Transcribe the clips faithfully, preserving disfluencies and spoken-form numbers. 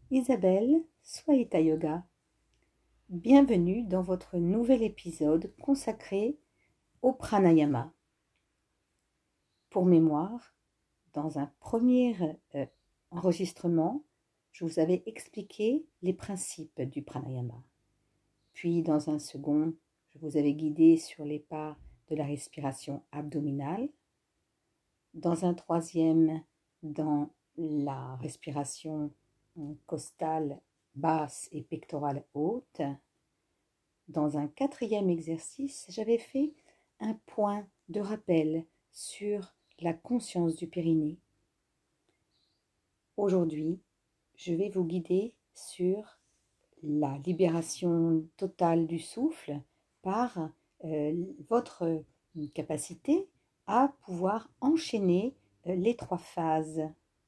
Isabelle, Swaita Yoga. Bienvenue dans votre nouvel épisode consacré au pranayama. Pour mémoire, dans un premier euh, enregistrement, je vous avais expliqué les principes du pranayama. Puis dans un second, je vous avais guidé sur les pas de la respiration abdominale. Dans un troisième, dans la respiration costale basse et pectorale haute. Dans un quatrième exercice, j'avais fait un point de rappel sur la conscience du périnée. Aujourd'hui, je vais vous guider sur la libération totale du souffle par euh, votre capacité à pouvoir enchaîner euh, les trois phases.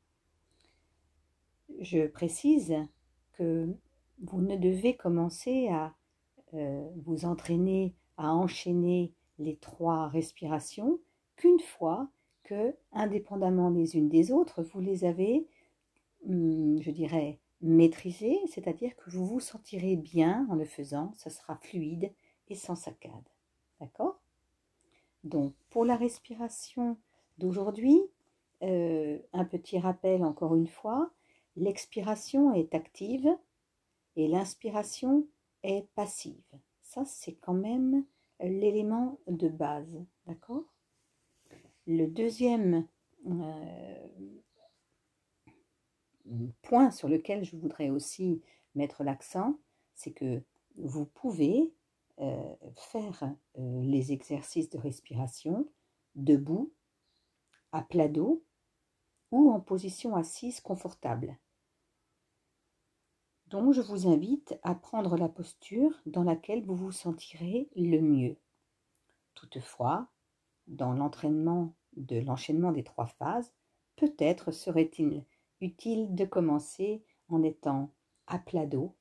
Je précise que vous ne devez commencer à euh, vous entraîner à enchaîner les trois respirations qu'une fois que, indépendamment les unes des autres, vous les avez, hum, je dirais, maîtrisées, c'est-à-dire que vous vous sentirez bien en le faisant, ça sera fluide et sans saccade. D'accord ? Donc, pour la respiration d'aujourd'hui, euh, un petit rappel encore une fois, l'expiration est active et l'inspiration est passive. Ça, c'est quand même l'élément de base, d'accord ? Le deuxième euh, point sur lequel je voudrais aussi mettre l'accent, c'est que vous pouvez euh, faire euh, les exercices de respiration debout, à plat dos ou en position assise confortable. Donc, je vous invite à prendre la posture dans laquelle vous vous sentirez le mieux. Toutefois, dans l'entraînement de l'enchaînement des trois phases, peut-être serait-il utile de commencer en étant à plat dos,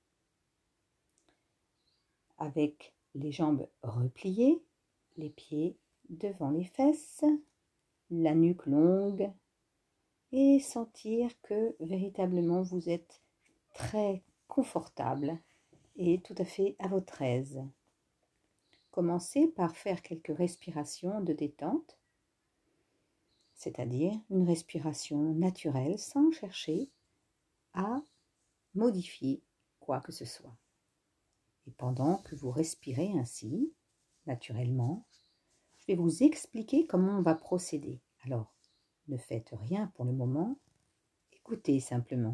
avec les jambes repliées, les pieds devant les fesses, la nuque longue, et sentir que véritablement vous êtes très confortable et tout à fait à votre aise. Commencez par faire quelques respirations de détente, c'est-à-dire une respiration naturelle sans chercher à modifier quoi que ce soit. Et pendant que vous respirez ainsi, naturellement, je vais vous expliquer comment on va procéder. Alors, ne faites rien pour le moment, écoutez simplement.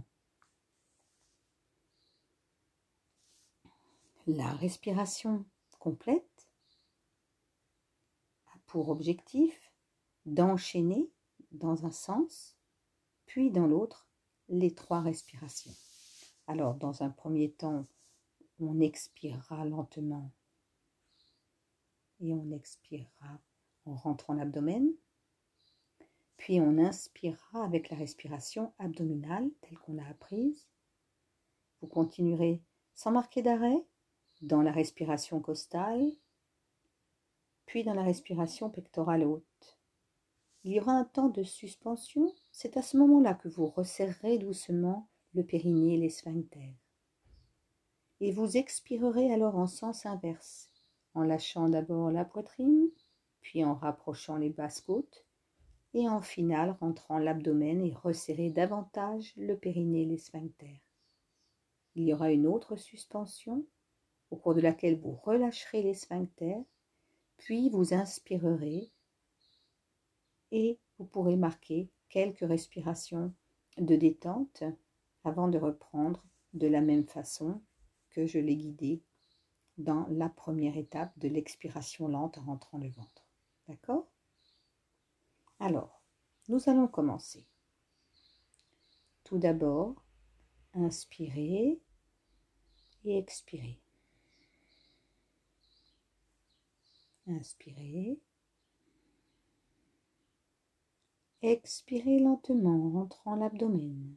La respiration complète a pour objectif d'enchaîner dans un sens, puis dans l'autre, les trois respirations. Alors, dans un premier temps, on expirera lentement et on expirera en rentrant l'abdomen. Puis on inspirera avec la respiration abdominale telle qu'on l'a apprise. Vous continuerez sans marquer d'arrêt dans la respiration costale, puis dans la respiration pectorale haute. Il y aura un temps de suspension, c'est à ce moment-là que vous resserrerez doucement le périnée et les sphincters. Et vous expirerez alors en sens inverse, en lâchant d'abord la poitrine, puis en rapprochant les basses côtes, et en finale rentrant l'abdomen et resserrer davantage le périnée et les sphincters. Il y aura une autre suspension, au cours de laquelle vous relâcherez les sphincters, puis vous inspirerez et vous pourrez marquer quelques respirations de détente avant de reprendre de la même façon que je l'ai guidé dans la première étape de l'expiration lente en rentrant le ventre. D'accord ? Alors, nous allons commencer. Tout d'abord, inspirez et expirez. Inspirez. Expirez lentement en rentrant l'abdomen.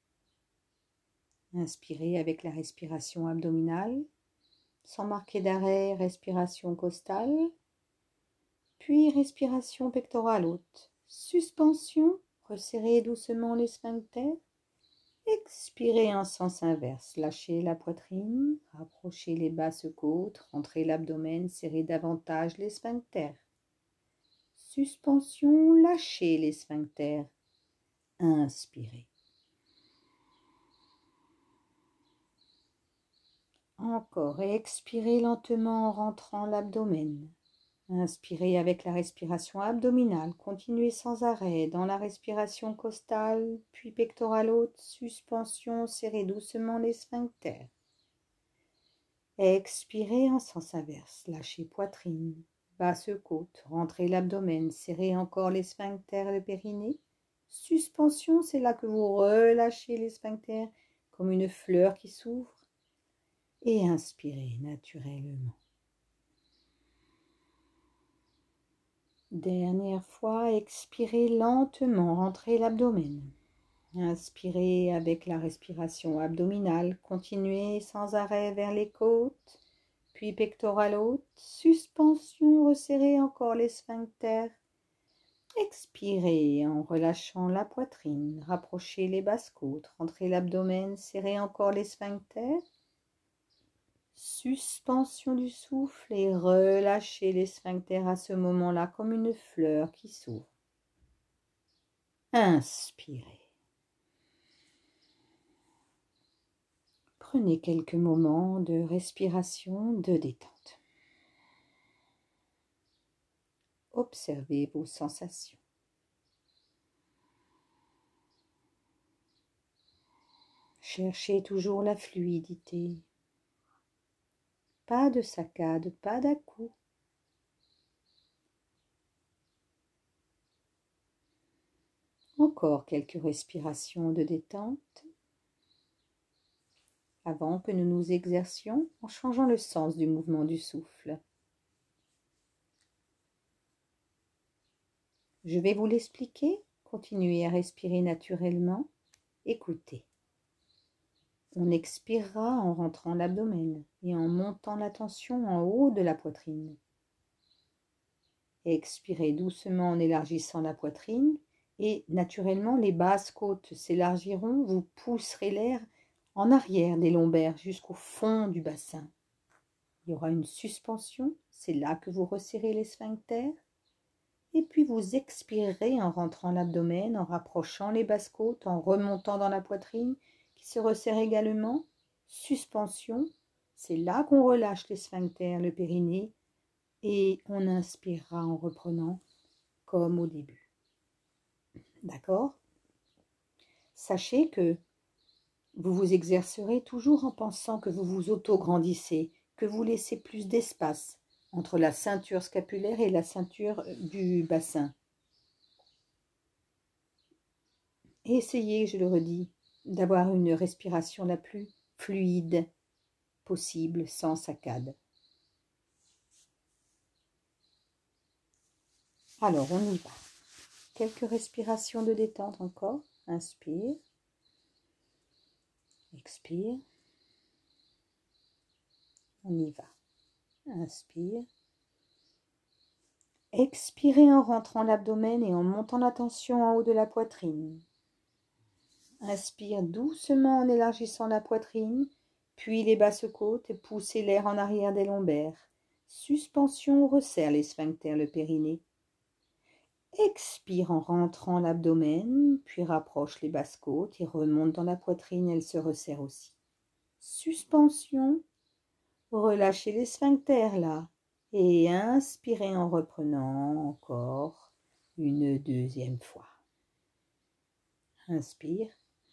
Inspirez avec la respiration abdominale, sans marquer d'arrêt, respiration costale, puis respiration pectorale haute. Suspension, resserrez doucement les sphincters, Expirez en sens inverse. Lâchez la poitrine, rapprochez les basses côtes, rentrez l'abdomen, serrez davantage les sphincters. Suspension, lâchez les sphincters. Inspirez. Encore, expirez lentement en rentrant l'abdomen. Inspirez avec la respiration abdominale, continuez sans arrêt dans la respiration costale, puis pectorale haute, suspension, serrez doucement les sphincters. Expirez en sens inverse, lâchez poitrine, basse côte, rentrez l'abdomen, serrez encore les sphincters et le périnée. Suspension, c'est là que vous relâchez les sphincters comme une fleur qui s'ouvre. Et inspirez naturellement. Dernière fois, expirez lentement, rentrez l'abdomen. Inspirez avec la respiration abdominale, continuez sans arrêt vers les côtes, puis pectorale haute, suspension, resserrez encore les sphincters. Expirez en relâchant la poitrine, rapprochez les basses côtes, rentrez l'abdomen, serrez encore les sphincters. Suspension du souffle et relâchez les sphincters à ce moment-là comme une fleur qui s'ouvre. Inspirez. Prenez quelques moments de respiration, de détente. Observez vos sensations. Cherchez toujours la fluidité. Pas de saccade, pas d'à-coups. Encore quelques respirations de détente avant que nous nous exercions en changeant le sens du mouvement du souffle. Je vais vous l'expliquer. Continuez à respirer naturellement. Écoutez. On expirera en rentrant l'abdomen et en montant la tension en haut de la poitrine. Expirez doucement en élargissant la poitrine et naturellement les basses côtes s'élargiront. Vous pousserez l'air en arrière des lombaires jusqu'au fond du bassin. Il y aura une suspension, c'est là que vous resserrez les sphincters. Et puis vous expirerez en rentrant l'abdomen, en rapprochant les basses côtes, en remontant dans la poitrine qui se resserre également. Suspension, c'est là qu'on relâche les sphincters, le périnée, et on inspirera en reprenant comme au début. D'accord ? Sachez que vous vous exercerez toujours en pensant que vous vous auto-grandissez, que vous laissez plus d'espace entre la ceinture scapulaire et la ceinture du bassin. Et essayez, je le redis, d'avoir une respiration la plus fluide possible, sans saccade. Alors, on y va. Quelques respirations de détente encore. Inspire. Expire. On y va. Inspire. Expirez en rentrant l'abdomen et en montant la tension en haut de la poitrine. Inspire doucement en élargissant la poitrine, puis les basses côtes et poussez l'air en arrière des lombaires. Suspension, resserre les sphincters, le périnée. Expire en rentrant l'abdomen, puis rapproche les basses côtes et remonte dans la poitrine, elle se resserre aussi. Suspension, relâchez les sphincters là et inspirez en reprenant encore une deuxième fois. Inspire.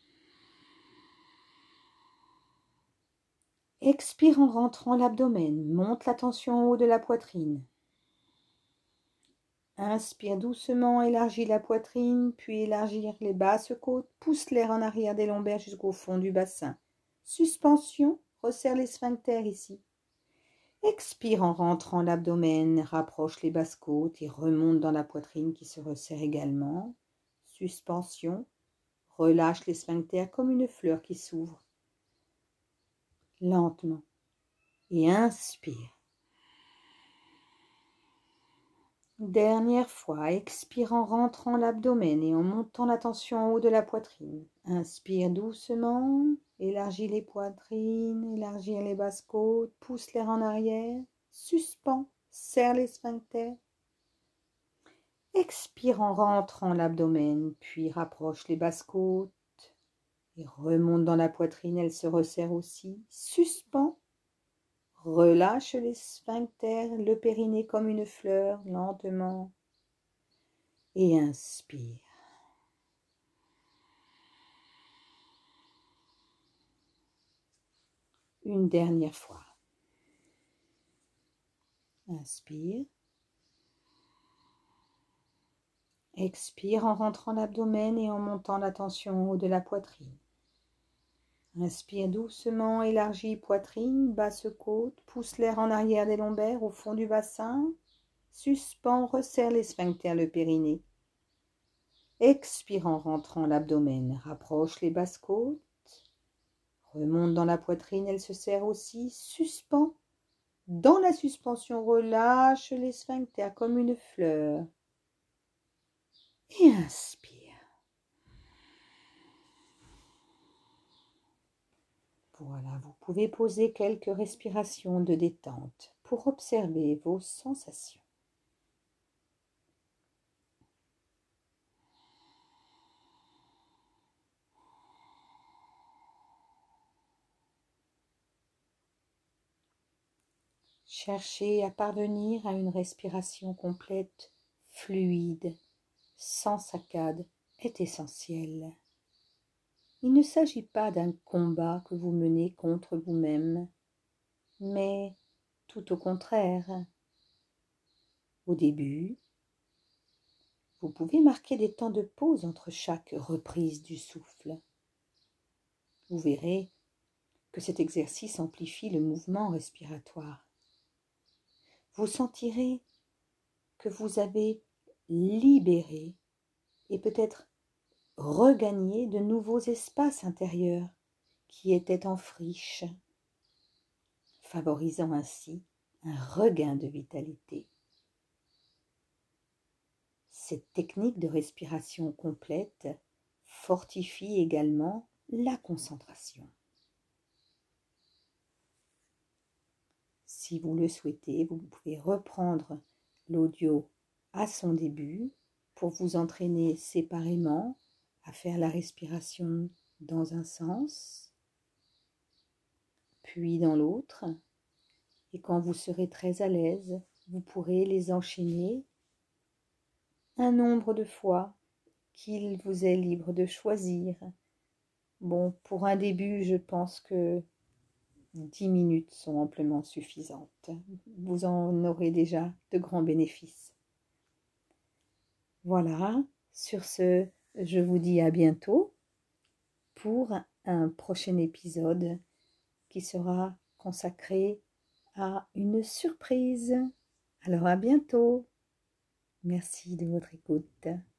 Expire en rentrant l'abdomen, monte la tension en haut de la poitrine. Inspire doucement, élargis la poitrine, puis élargir les basses côtes, pousse l'air en arrière des lombaires jusqu'au fond du bassin. Suspension, resserre les sphincters ici. Expire en rentrant l'abdomen, rapproche les basses côtes et remonte dans la poitrine qui se resserre également. Suspension, relâche les sphincters comme une fleur qui s'ouvre. Lentement. Et inspire. Dernière fois, expire en rentrant l'abdomen et en montant la tension en haut de la poitrine. Inspire doucement, élargis les poitrines, élargis les basses côtes, pousse l'air en arrière, suspends, serre les sphincters. Expire en rentrant l'abdomen, puis rapproche les basses côtes et remonte dans la poitrine, elle se resserre aussi. Suspends, relâche les sphincters, le périnée comme une fleur, lentement. Et inspire. Une dernière fois. Inspire. Expire en rentrant l'abdomen et en montant la tension en haut de la poitrine. Inspire doucement, élargis poitrine, basse côte, pousse l'air en arrière des lombaires au fond du bassin. Suspends, resserre les sphincters, le périnée. Expire en rentrant l'abdomen, rapproche les basses côtes. Remonte dans la poitrine, elle se serre aussi. Suspends. Dans la suspension, relâche les sphincters comme une fleur. Et inspire. Voilà, vous pouvez poser quelques respirations de détente pour observer vos sensations. Cherchez à parvenir à une respiration complète, fluide, sans saccade, est essentiel. Il ne s'agit pas d'un combat que vous menez contre vous-même, mais tout au contraire. Au début, vous pouvez marquer des temps de pause entre chaque reprise du souffle. Vous verrez que cet exercice amplifie le mouvement respiratoire. Vous sentirez que vous avez libéré et peut-être regagné de nouveaux espaces intérieurs qui étaient en friche, favorisant ainsi un regain de vitalité. Cette technique de respiration complète fortifie également la concentration. Si vous le souhaitez, vous pouvez reprendre l'audio à son début pour vous entraîner séparément à faire la respiration dans un sens, puis dans l'autre. Et quand vous serez très à l'aise, vous pourrez les enchaîner un nombre de fois qu'il vous est libre de choisir. Bon, pour un début, je pense que dix minutes sont amplement suffisantes. Vous en aurez déjà de grands bénéfices. Voilà, sur ce, je vous dis à bientôt pour un prochain épisode qui sera consacré à une surprise. Alors à bientôt. Merci de votre écoute.